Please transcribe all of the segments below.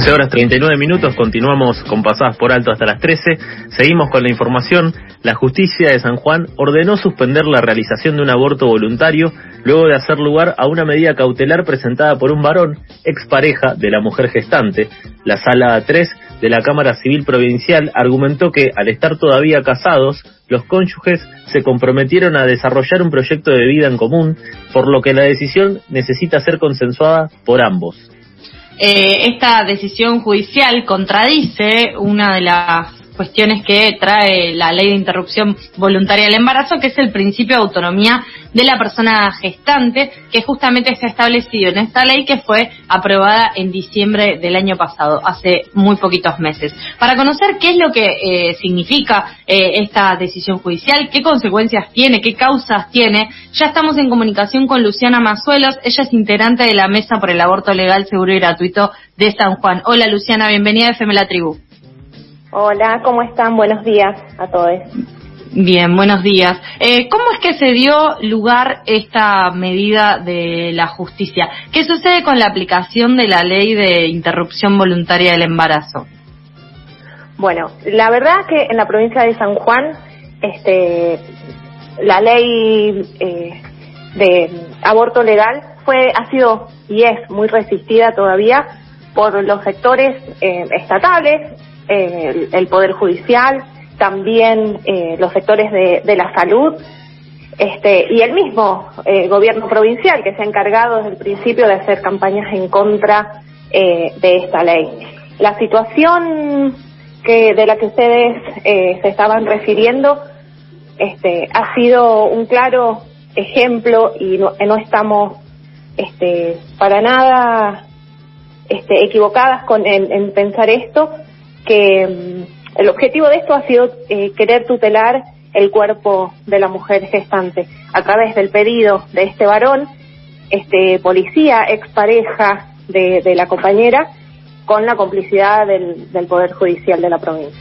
11:39, continuamos con Pasadas por Alto hasta las 13. Seguimos con la información. La justicia de San Juan ordenó suspender la realización de un aborto voluntario luego de hacer lugar a una medida cautelar presentada por un varón, expareja de la mujer gestante. La Sala 3 de la Cámara Civil Provincial argumentó que, al estar todavía casados, los cónyuges se comprometieron a desarrollar un proyecto de vida en común, por lo que la decisión necesita ser consensuada por ambos. Esta decisión judicial contradice una de las cuestiones que trae la ley de interrupción voluntaria del embarazo, que es el principio de autonomía de la persona gestante, que justamente está establecido en esta ley que fue aprobada en diciembre del año pasado, hace muy poquitos meses. Para conocer qué es lo que significa esta decisión judicial, qué consecuencias tiene, qué causas tiene, ya estamos en comunicación con Luciana Mazuelos. Ella es integrante de la Mesa por el Aborto Legal, Seguro y Gratuito de San Juan. Hola Luciana, bienvenida a FM La Tribu. Hola, ¿cómo están? Buenos días a todos. Bien, buenos días. ¿Cómo es que se dio lugar esta medida de la justicia? ¿Qué sucede con la aplicación de la ley de interrupción voluntaria del embarazo? Bueno, la verdad que en la provincia de San Juan, la ley de aborto legal ha sido y es muy resistida todavía por los sectores estatales, el Poder Judicial, también los sectores de la salud, y el mismo gobierno provincial, que se ha encargado desde el principio de hacer campañas en contra de esta ley. La situación de la que ustedes se estaban refiriendo ha sido un claro ejemplo, y no estamos para nada equivocadas en pensar esto, que el objetivo de esto ha sido querer tutelar el cuerpo de la mujer gestante a través del pedido de este varón, policía, expareja de la compañera, con la complicidad del Poder Judicial de la provincia.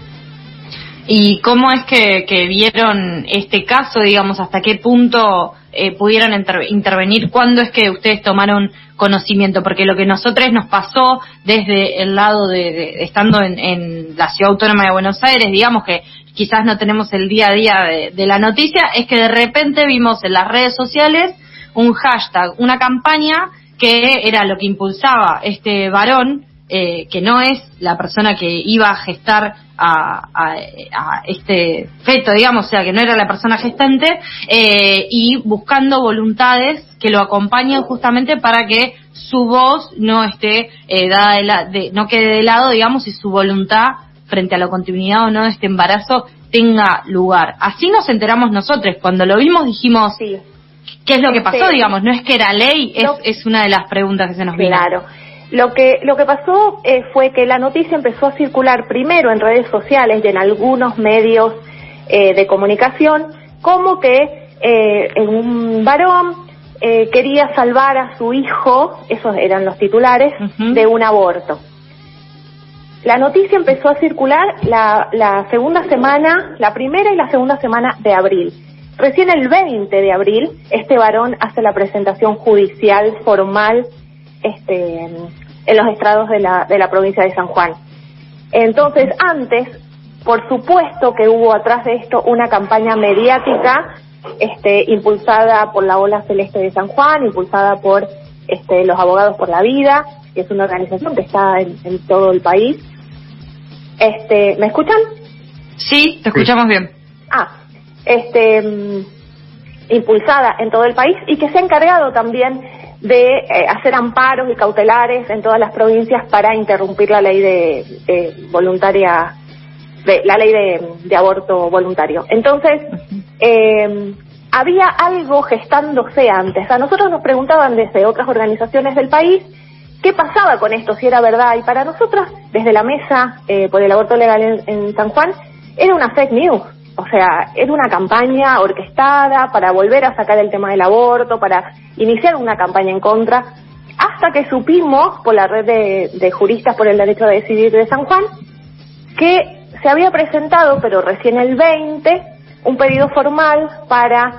¿Y cómo es que vieron este caso, digamos, hasta qué punto pudieron intervenir? ¿Cuándo es que ustedes tomaron conocimiento? Porque lo que nosotros nos pasó desde el lado de estando en la Ciudad Autónoma de Buenos Aires, digamos que quizás no tenemos el día a día de la noticia, es que de repente vimos en las redes sociales un hashtag, una campaña que era lo que impulsaba este varón, que no es la persona que iba a gestar a este feto, digamos, o sea, que no era la persona gestante, y buscando voluntades que lo acompañen justamente para que su voz no esté no quede de lado, digamos, y su voluntad frente a la continuidad o no de este embarazo tenga lugar. Así nos enteramos nosotros. Cuando lo vimos dijimos, sí, ¿qué es lo que pasó? Digamos, no es que era ley, es una de las preguntas que se nos vino. Claro. Lo que pasó fue que la noticia empezó a circular primero en redes sociales y en algunos medios de comunicación, como que un varón quería salvar a su hijo, esos eran los titulares, de un aborto. La noticia empezó a circular la segunda semana, la primera y la segunda semana de abril. Recién el 20 de abril, este varón hace la presentación judicial formal en los estrados de la provincia de San Juan. Entonces, antes, por supuesto que hubo atrás de esto una campaña mediática impulsada por la Ola Celeste de San Juan, impulsada por los Abogados por la Vida, que es una organización que está en todo el país. ¿Me escuchan? Sí, te escuchamos bien. Impulsada en todo el país, y que se ha encargado también de hacer amparos y cautelares en todas las provincias para interrumpir la ley la ley de aborto voluntario. Entonces, había algo gestándose antes. A nosotros nos preguntaban desde otras organizaciones del país qué pasaba con esto, si era verdad, y para nosotros, desde la Mesa por el Aborto Legal en San Juan, era una fake news. O sea, era una campaña orquestada para volver a sacar el tema del aborto, para iniciar una campaña en contra, hasta que supimos por la red de juristas por el derecho a decidir de San Juan que se había presentado, pero recién el 20, un pedido formal para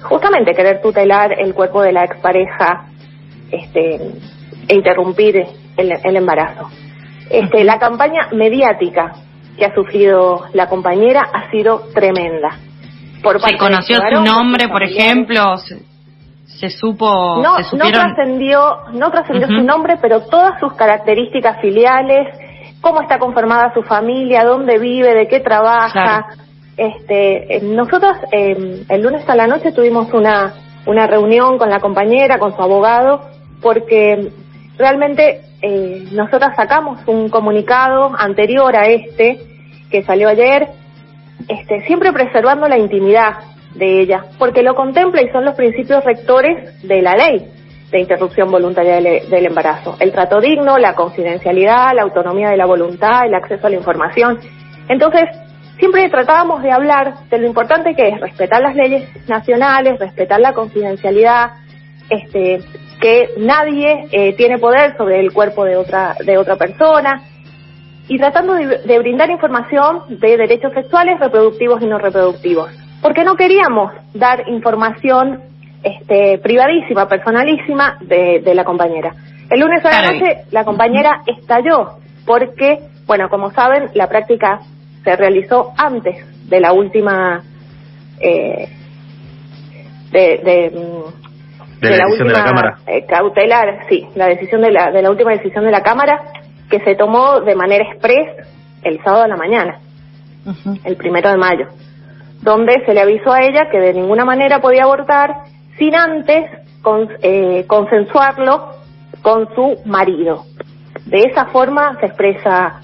justamente querer tutelar el cuerpo de la expareja e interrumpir el embarazo. La campaña mediática que ha sufrido la compañera ha sido tremenda. ¿Se conoció su nombre, por ejemplo? ¿Se supo? No, ¿se supieron? no trascendió su nombre, pero todas sus características filiales, cómo está conformada su familia, dónde vive, de qué trabaja. Claro. Nosotros el lunes a la noche tuvimos una reunión con la compañera, con su abogado, porque realmente nosotras sacamos un comunicado anterior a que salió ayer, siempre preservando la intimidad de ella, porque lo contempla y son los principios rectores de la ley de interrupción voluntaria del embarazo: el trato digno, la confidencialidad, la autonomía de la voluntad, el acceso a la información. Entonces, siempre tratábamos de hablar de lo importante que es respetar las leyes nacionales, respetar la confidencialidad, que nadie tiene poder sobre el cuerpo de otra persona, y tratando de brindar información de derechos sexuales, reproductivos y no reproductivos, porque no queríamos dar información privadísima, personalísima de la compañera. El lunes a la noche la compañera estalló porque, bueno, como saben, la práctica se realizó antes de la última de la última de la Cámara cautelar, sí, la decisión de la última decisión de la Cámara, que se tomó de manera express el sábado a la mañana, el 1 de mayo, donde se le avisó a ella que de ninguna manera podía abortar sin antes consensuarlo con su marido. De esa forma se expresa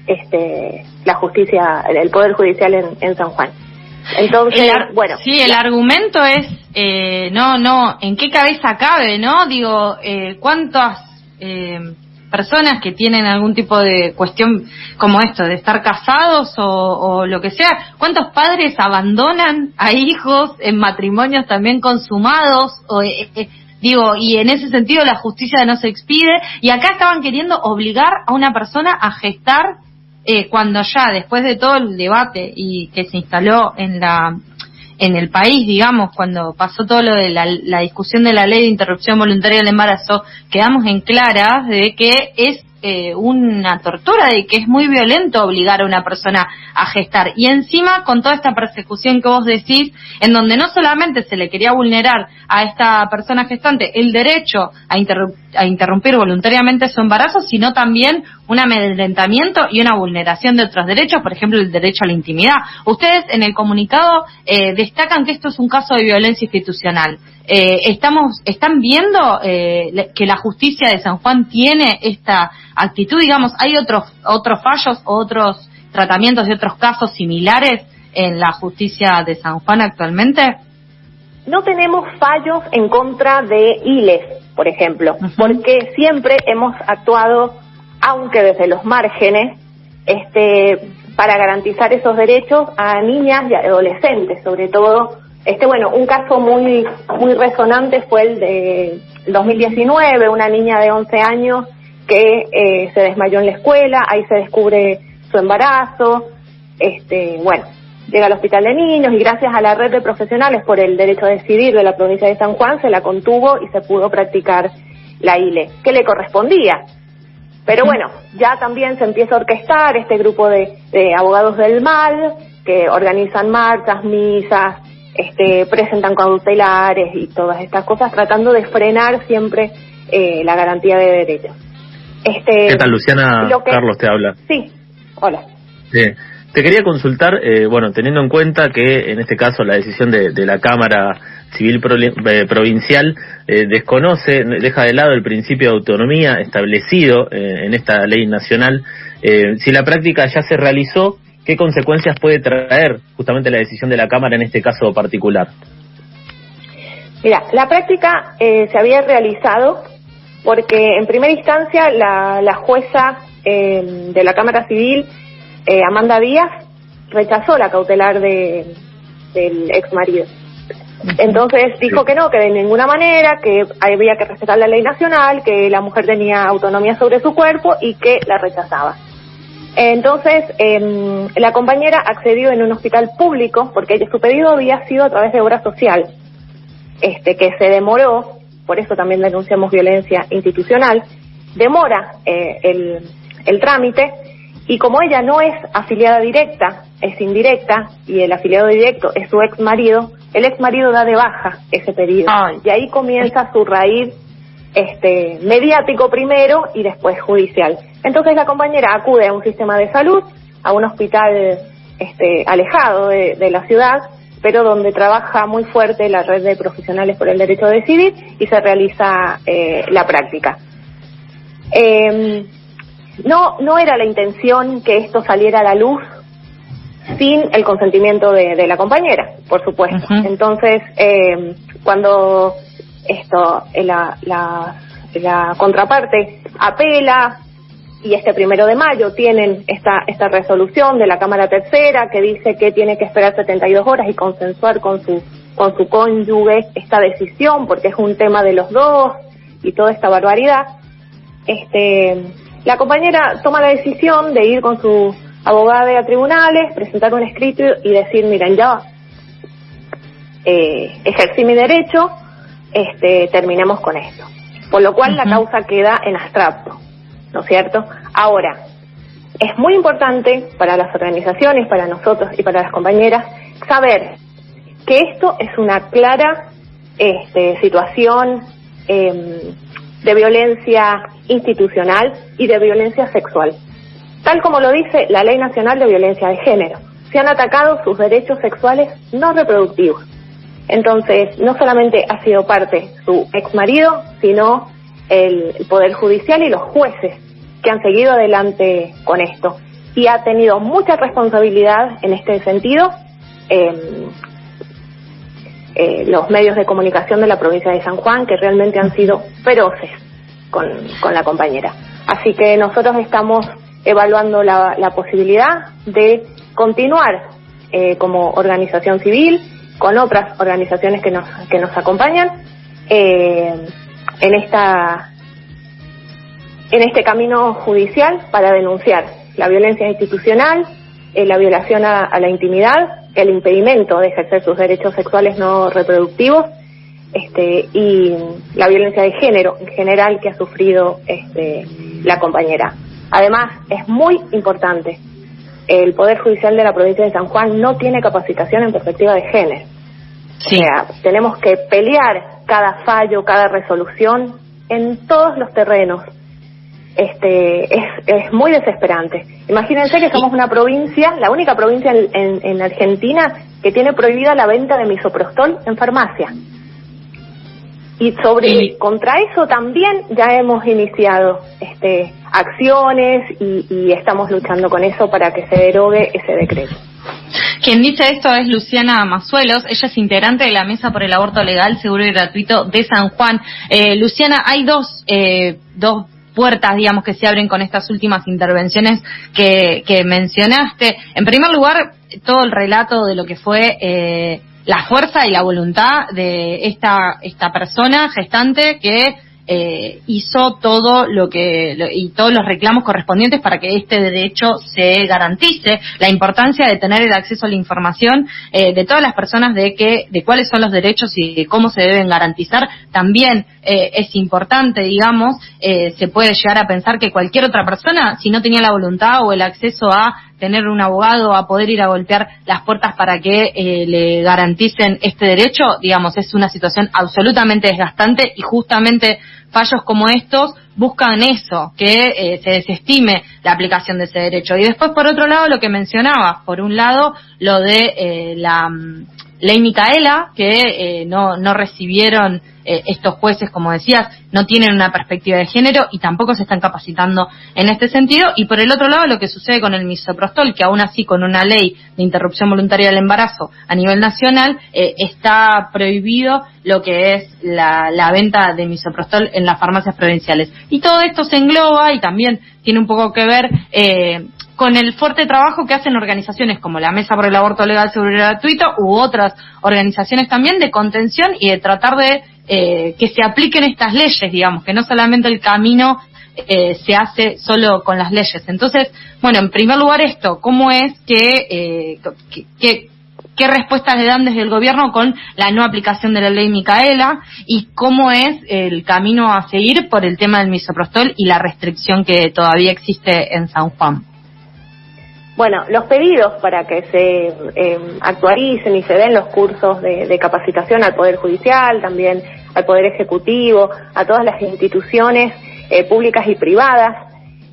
la justicia, el Poder Judicial en San Juan. Entonces, bueno. Sí, el argumento es, no, ¿en qué cabeza cabe, no? Digo, ¿cuántas personas que tienen algún tipo de cuestión como esto, de estar casados o lo que sea, cuántos padres abandonan a hijos en matrimonios también consumados? Digo, y en ese sentido la justicia no se expide, y acá estaban queriendo obligar a una persona a gestar cuando ya, después de todo el debate y que se instaló en el país, digamos, cuando pasó todo lo de la discusión de la ley de interrupción voluntaria del embarazo, quedamos en claras de que es una tortura, de que es muy violento obligar a una persona a gestar, y encima con toda esta persecución que vos decís, en donde no solamente se le quería vulnerar a esta persona gestante el derecho a interrumpir voluntariamente su embarazo, sino también un amedrentamiento y una vulneración de otros derechos, por ejemplo el derecho a la intimidad. Ustedes en el comunicado destacan que esto es un caso de violencia institucional. ¿Están viendo que la justicia de San Juan tiene esta actitud? Digamos, ¿hay otros fallos o otros tratamientos de otros casos similares en la justicia de San Juan actualmente? No tenemos fallos en contra de ILES, por ejemplo, porque siempre hemos actuado, aunque desde los márgenes, para garantizar esos derechos a niñas y adolescentes, sobre todo. Un caso muy resonante fue el de 2019, una niña de 11 años que se desmayó en la escuela, ahí se descubre su embarazo, llega al hospital de niños y gracias a la red de profesionales por el derecho a decidir de la provincia de San Juan se la contuvo y se pudo practicar la ILE, que le correspondía. Pero bueno, ya también se empieza a orquestar este grupo de abogados del mal que organizan marchas, misas, presentan cautelares y todas estas cosas, tratando de frenar siempre la garantía de derechos. ¿Qué tal, Luciana? Carlos te habla. Sí, hola. Te quería consultar, teniendo en cuenta que en este caso la decisión de la Cámara Civil Provincial deja de lado el principio de autonomía establecido en esta ley nacional, si la práctica ya se realizó, ¿qué consecuencias puede traer justamente la decisión de la Cámara en este caso particular? Mira, la práctica se había realizado porque en primera instancia la jueza de la Cámara Civil, Amanda Díaz, rechazó la cautelar del ex marido. Entonces dijo que no, que de ninguna manera, que había que respetar la ley nacional, que la mujer tenía autonomía sobre su cuerpo y que la rechazaba. Entonces la compañera accedió en un hospital público porque su pedido había sido a través de obra social, que se demoró, por eso también denunciamos violencia institucional, demora el trámite, y como ella no es afiliada directa, es indirecta, y el afiliado directo es su ex marido, el ex marido da de baja ese pedido. Ay. Y ahí comienza su raíz mediático primero y después judicial. Entonces la compañera acude a un sistema de salud, a un hospital alejado de la ciudad, pero donde trabaja muy fuerte la red de profesionales por el derecho a decidir, y se realiza la práctica. No era la intención que esto saliera a la luz sin el consentimiento de la compañera, por supuesto. Entonces, cuando la contraparte apela, y 1 de mayo tienen esta resolución de la Cámara Tercera que dice que tiene que esperar 72 horas y consensuar con su cónyuge esta decisión, porque es un tema de los dos y toda esta barbaridad, la compañera toma la decisión de ir con su abogada a tribunales, presentar un escrito y decir, miren, ya ejercí mi derecho, terminemos con esto. Por lo cual la causa queda en abstracto, ¿no es cierto? Ahora, es muy importante para las organizaciones, para nosotros y para las compañeras, saber que esto es una clara situación de violencia institucional y de violencia sexual. Tal como lo dice la Ley Nacional de Violencia de Género, se han atacado sus derechos sexuales no reproductivos. Entonces, no solamente ha sido parte su ex marido, sino el Poder Judicial y los jueces que han seguido adelante con esto. Y ha tenido mucha responsabilidad en este sentido los medios de comunicación de la provincia de San Juan, que realmente han sido feroces con la compañera. Así que nosotros estamos evaluando la posibilidad de continuar como organización civil con otras organizaciones que nos acompañan en este camino judicial para denunciar la violencia institucional, la violación a la intimidad, el impedimento de ejercer sus derechos sexuales no reproductivos, y la violencia de género en general que ha sufrido la compañera. Además, es muy importante, el Poder Judicial de la provincia de San Juan no tiene capacitación en perspectiva de género. Sí. O sea, tenemos que pelear cada fallo, cada resolución en todos los terrenos. Es muy desesperante. Imagínense que somos una provincia, la única provincia en Argentina que tiene prohibida la venta de misoprostol en farmacia. Y contra eso también ya hemos iniciado acciones y estamos luchando con eso para que se derogue ese decreto. Quien dice esto es Luciana Mazuelos, ella es integrante de la Mesa por el Aborto Legal, Seguro y Gratuito de San Juan. Luciana, hay dos puertas, digamos, que se abren con estas últimas intervenciones que mencionaste. En primer lugar, todo el relato de lo que fue la fuerza y la voluntad de esta persona gestante que hizo todo y todos los reclamos correspondientes para que este derecho se garantice. La importancia de tener el acceso a la información de todas las personas de cuáles son los derechos y de cómo se deben garantizar también es importante, digamos. Se puede llegar a pensar que cualquier otra persona, si no tenía la voluntad o el acceso a tener un abogado, a poder ir a golpear las puertas para que le garanticen este derecho, digamos, es una situación absolutamente desgastante, y justamente fallos como estos buscan eso, que se desestime la aplicación de ese derecho. Y después, por otro lado, lo que mencionaba, por un lado, lo de la Ley Micaela, que no recibieron estos jueces, como decías, no tienen una perspectiva de género y tampoco se están capacitando en este sentido. Y por el otro lado, lo que sucede con el misoprostol, que aún así con una ley de interrupción voluntaria del embarazo a nivel nacional está prohibido lo que es la venta de misoprostol en las farmacias provinciales. Y todo esto se engloba y también tiene un poco que ver con el fuerte trabajo que hacen organizaciones como la Mesa por el Aborto Legal, Seguro y Gratuito u otras organizaciones también de contención y de tratar de que se apliquen estas leyes, digamos, que no solamente el camino se hace solo con las leyes. Entonces, bueno, en primer lugar esto, ¿cómo es qué qué respuestas le dan desde el gobierno con la no aplicación de la ley Micaela y cómo es el camino a seguir por el tema del misoprostol y la restricción que todavía existe en San Juan. Bueno, los pedidos para que se actualicen y se den los cursos de capacitación al Poder Judicial, también al Poder Ejecutivo, a todas las instituciones públicas y privadas,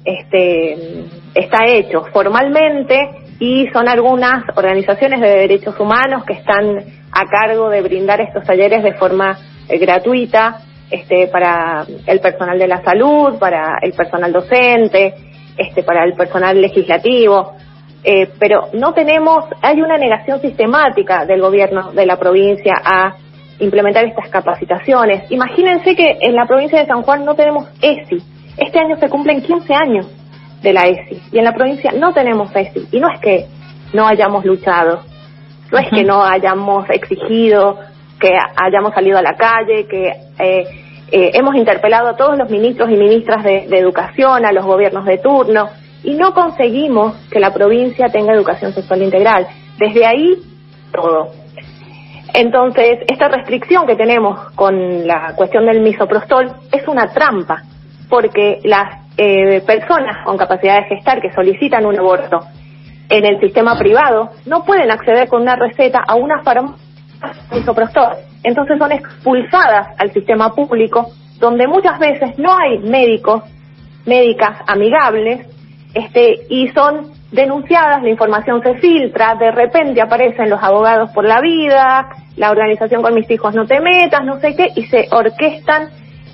está hecho formalmente y son algunas organizaciones de derechos humanos que están a cargo de brindar estos talleres de forma gratuita para el personal de la salud, para el personal docente, para el personal legislativo. Pero no tenemos, hay una negación sistemática del gobierno de la provincia a implementar estas capacitaciones. Imagínense que en la provincia de San Juan no tenemos ESI. Este año se cumplen 15 años de la ESI y en la provincia no tenemos ESI. Y no es que no hayamos luchado, no es que no hayamos exigido, que hayamos salido a la calle, que hemos interpelado a todos los ministros y ministras de educación, a los gobiernos de turno, y no conseguimos que la provincia tenga educación sexual integral. Desde ahí, todo. Entonces, esta restricción que tenemos con la cuestión del misoprostol es una trampa, porque las personas con capacidad de gestar que solicitan un aborto en el sistema privado no pueden acceder con una receta a una farmacia de misoprostol. Entonces son expulsadas al sistema público, donde muchas veces no hay médicas amigables, y son denunciadas, la información se filtra, de repente aparecen los abogados por la vida, la organización Con Mis Hijos No Te Metas, no sé qué, y se orquestan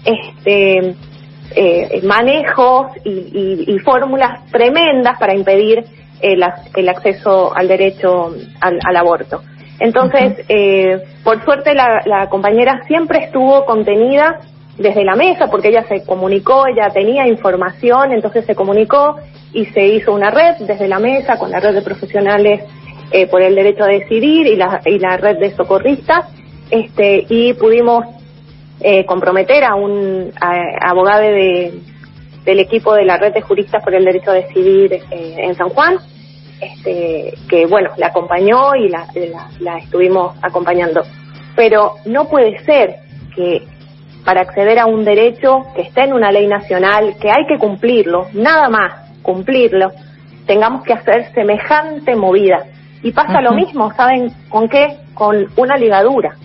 manejos y fórmulas tremendas para impedir el acceso al derecho al aborto. Entonces, por suerte la compañera siempre estuvo contenida desde la mesa, porque ella se comunicó, ella tenía información, entonces se comunicó y se hizo una red desde la mesa con la red de profesionales por el derecho a decidir y la red de socorristas, y pudimos comprometer a un abogado del equipo de la red de juristas por el derecho a decidir en San Juan, que bueno, la acompañó y la estuvimos acompañando. Pero no puede ser que para acceder a un derecho que está en una ley nacional, que hay que cumplirlo, nada más cumplirlo, tengamos que hacer semejante movida. Y pasa lo mismo, ¿saben con qué? Con una ligadura.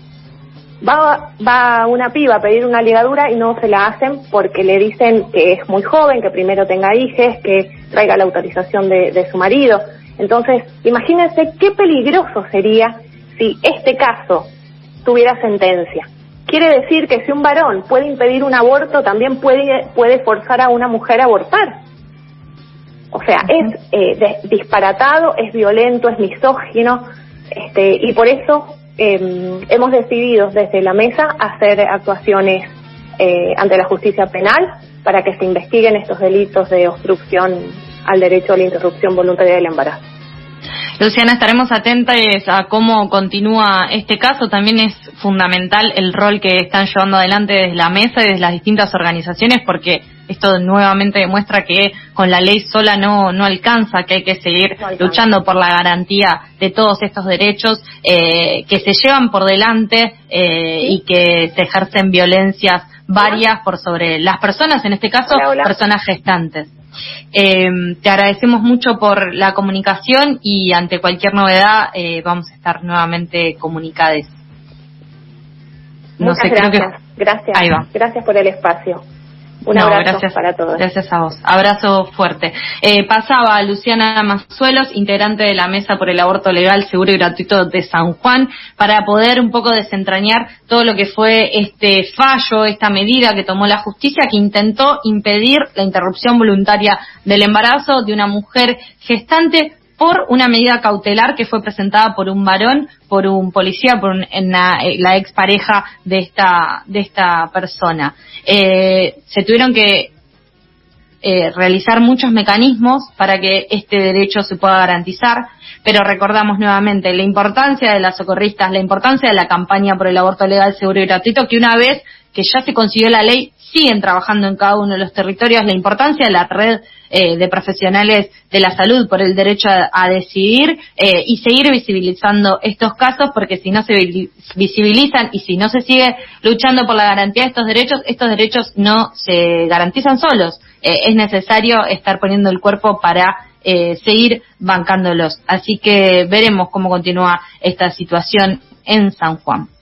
Va una piba a pedir una ligadura y no se la hacen porque le dicen que es muy joven, que primero tenga hijes, que traiga la autorización de su marido. Entonces, imagínense qué peligroso sería si este caso tuviera sentencia. Quiere decir que si un varón puede impedir un aborto, también puede forzar a una mujer a abortar. O sea, es disparatado, es violento, es misógino, y por eso hemos decidido desde la mesa hacer actuaciones ante la justicia penal para que se investiguen estos delitos de obstrucción al derecho a la interrupción voluntaria del embarazo. Luciana, estaremos atentas a cómo continúa este caso. También es fundamental el rol que están llevando adelante desde la mesa y desde las distintas organizaciones, porque esto nuevamente demuestra que con la ley sola no alcanza, que hay que seguir luchando por la garantía de todos estos derechos que se llevan por delante y que se ejercen violencias varias por sobre las personas, en este caso personas gestantes. Te agradecemos mucho por la comunicación y ante cualquier novedad vamos a estar nuevamente comunicadas. Muchas gracias. Gracias. Ahí va. Gracias por el espacio. Un abrazo para todos. Gracias a vos. Abrazo fuerte. Pasaba Luciana Mazuelos, integrante de la Mesa por el Aborto Legal, Seguro y Gratuito de San Juan, para poder un poco desentrañar todo lo que fue este fallo, esta medida que tomó la justicia, que intentó impedir la interrupción voluntaria del embarazo de una mujer gestante por una medida cautelar que fue presentada por un varón, por un policía, por la expareja de esta persona. Se tuvieron que realizar muchos mecanismos para que este derecho se pueda garantizar, pero recordamos nuevamente la importancia de las socorristas, la importancia de la campaña por el aborto legal, seguro y gratuito, que una vez que ya se consiguió la ley, siguen trabajando en cada uno de los territorios, la importancia de la red de profesionales de la salud por el derecho a decidir y seguir visibilizando estos casos, porque si no se visibilizan y si no se sigue luchando por la garantía de estos derechos no se garantizan solos. Es necesario estar poniendo el cuerpo para seguir bancándolos. Así que veremos cómo continúa esta situación en San Juan.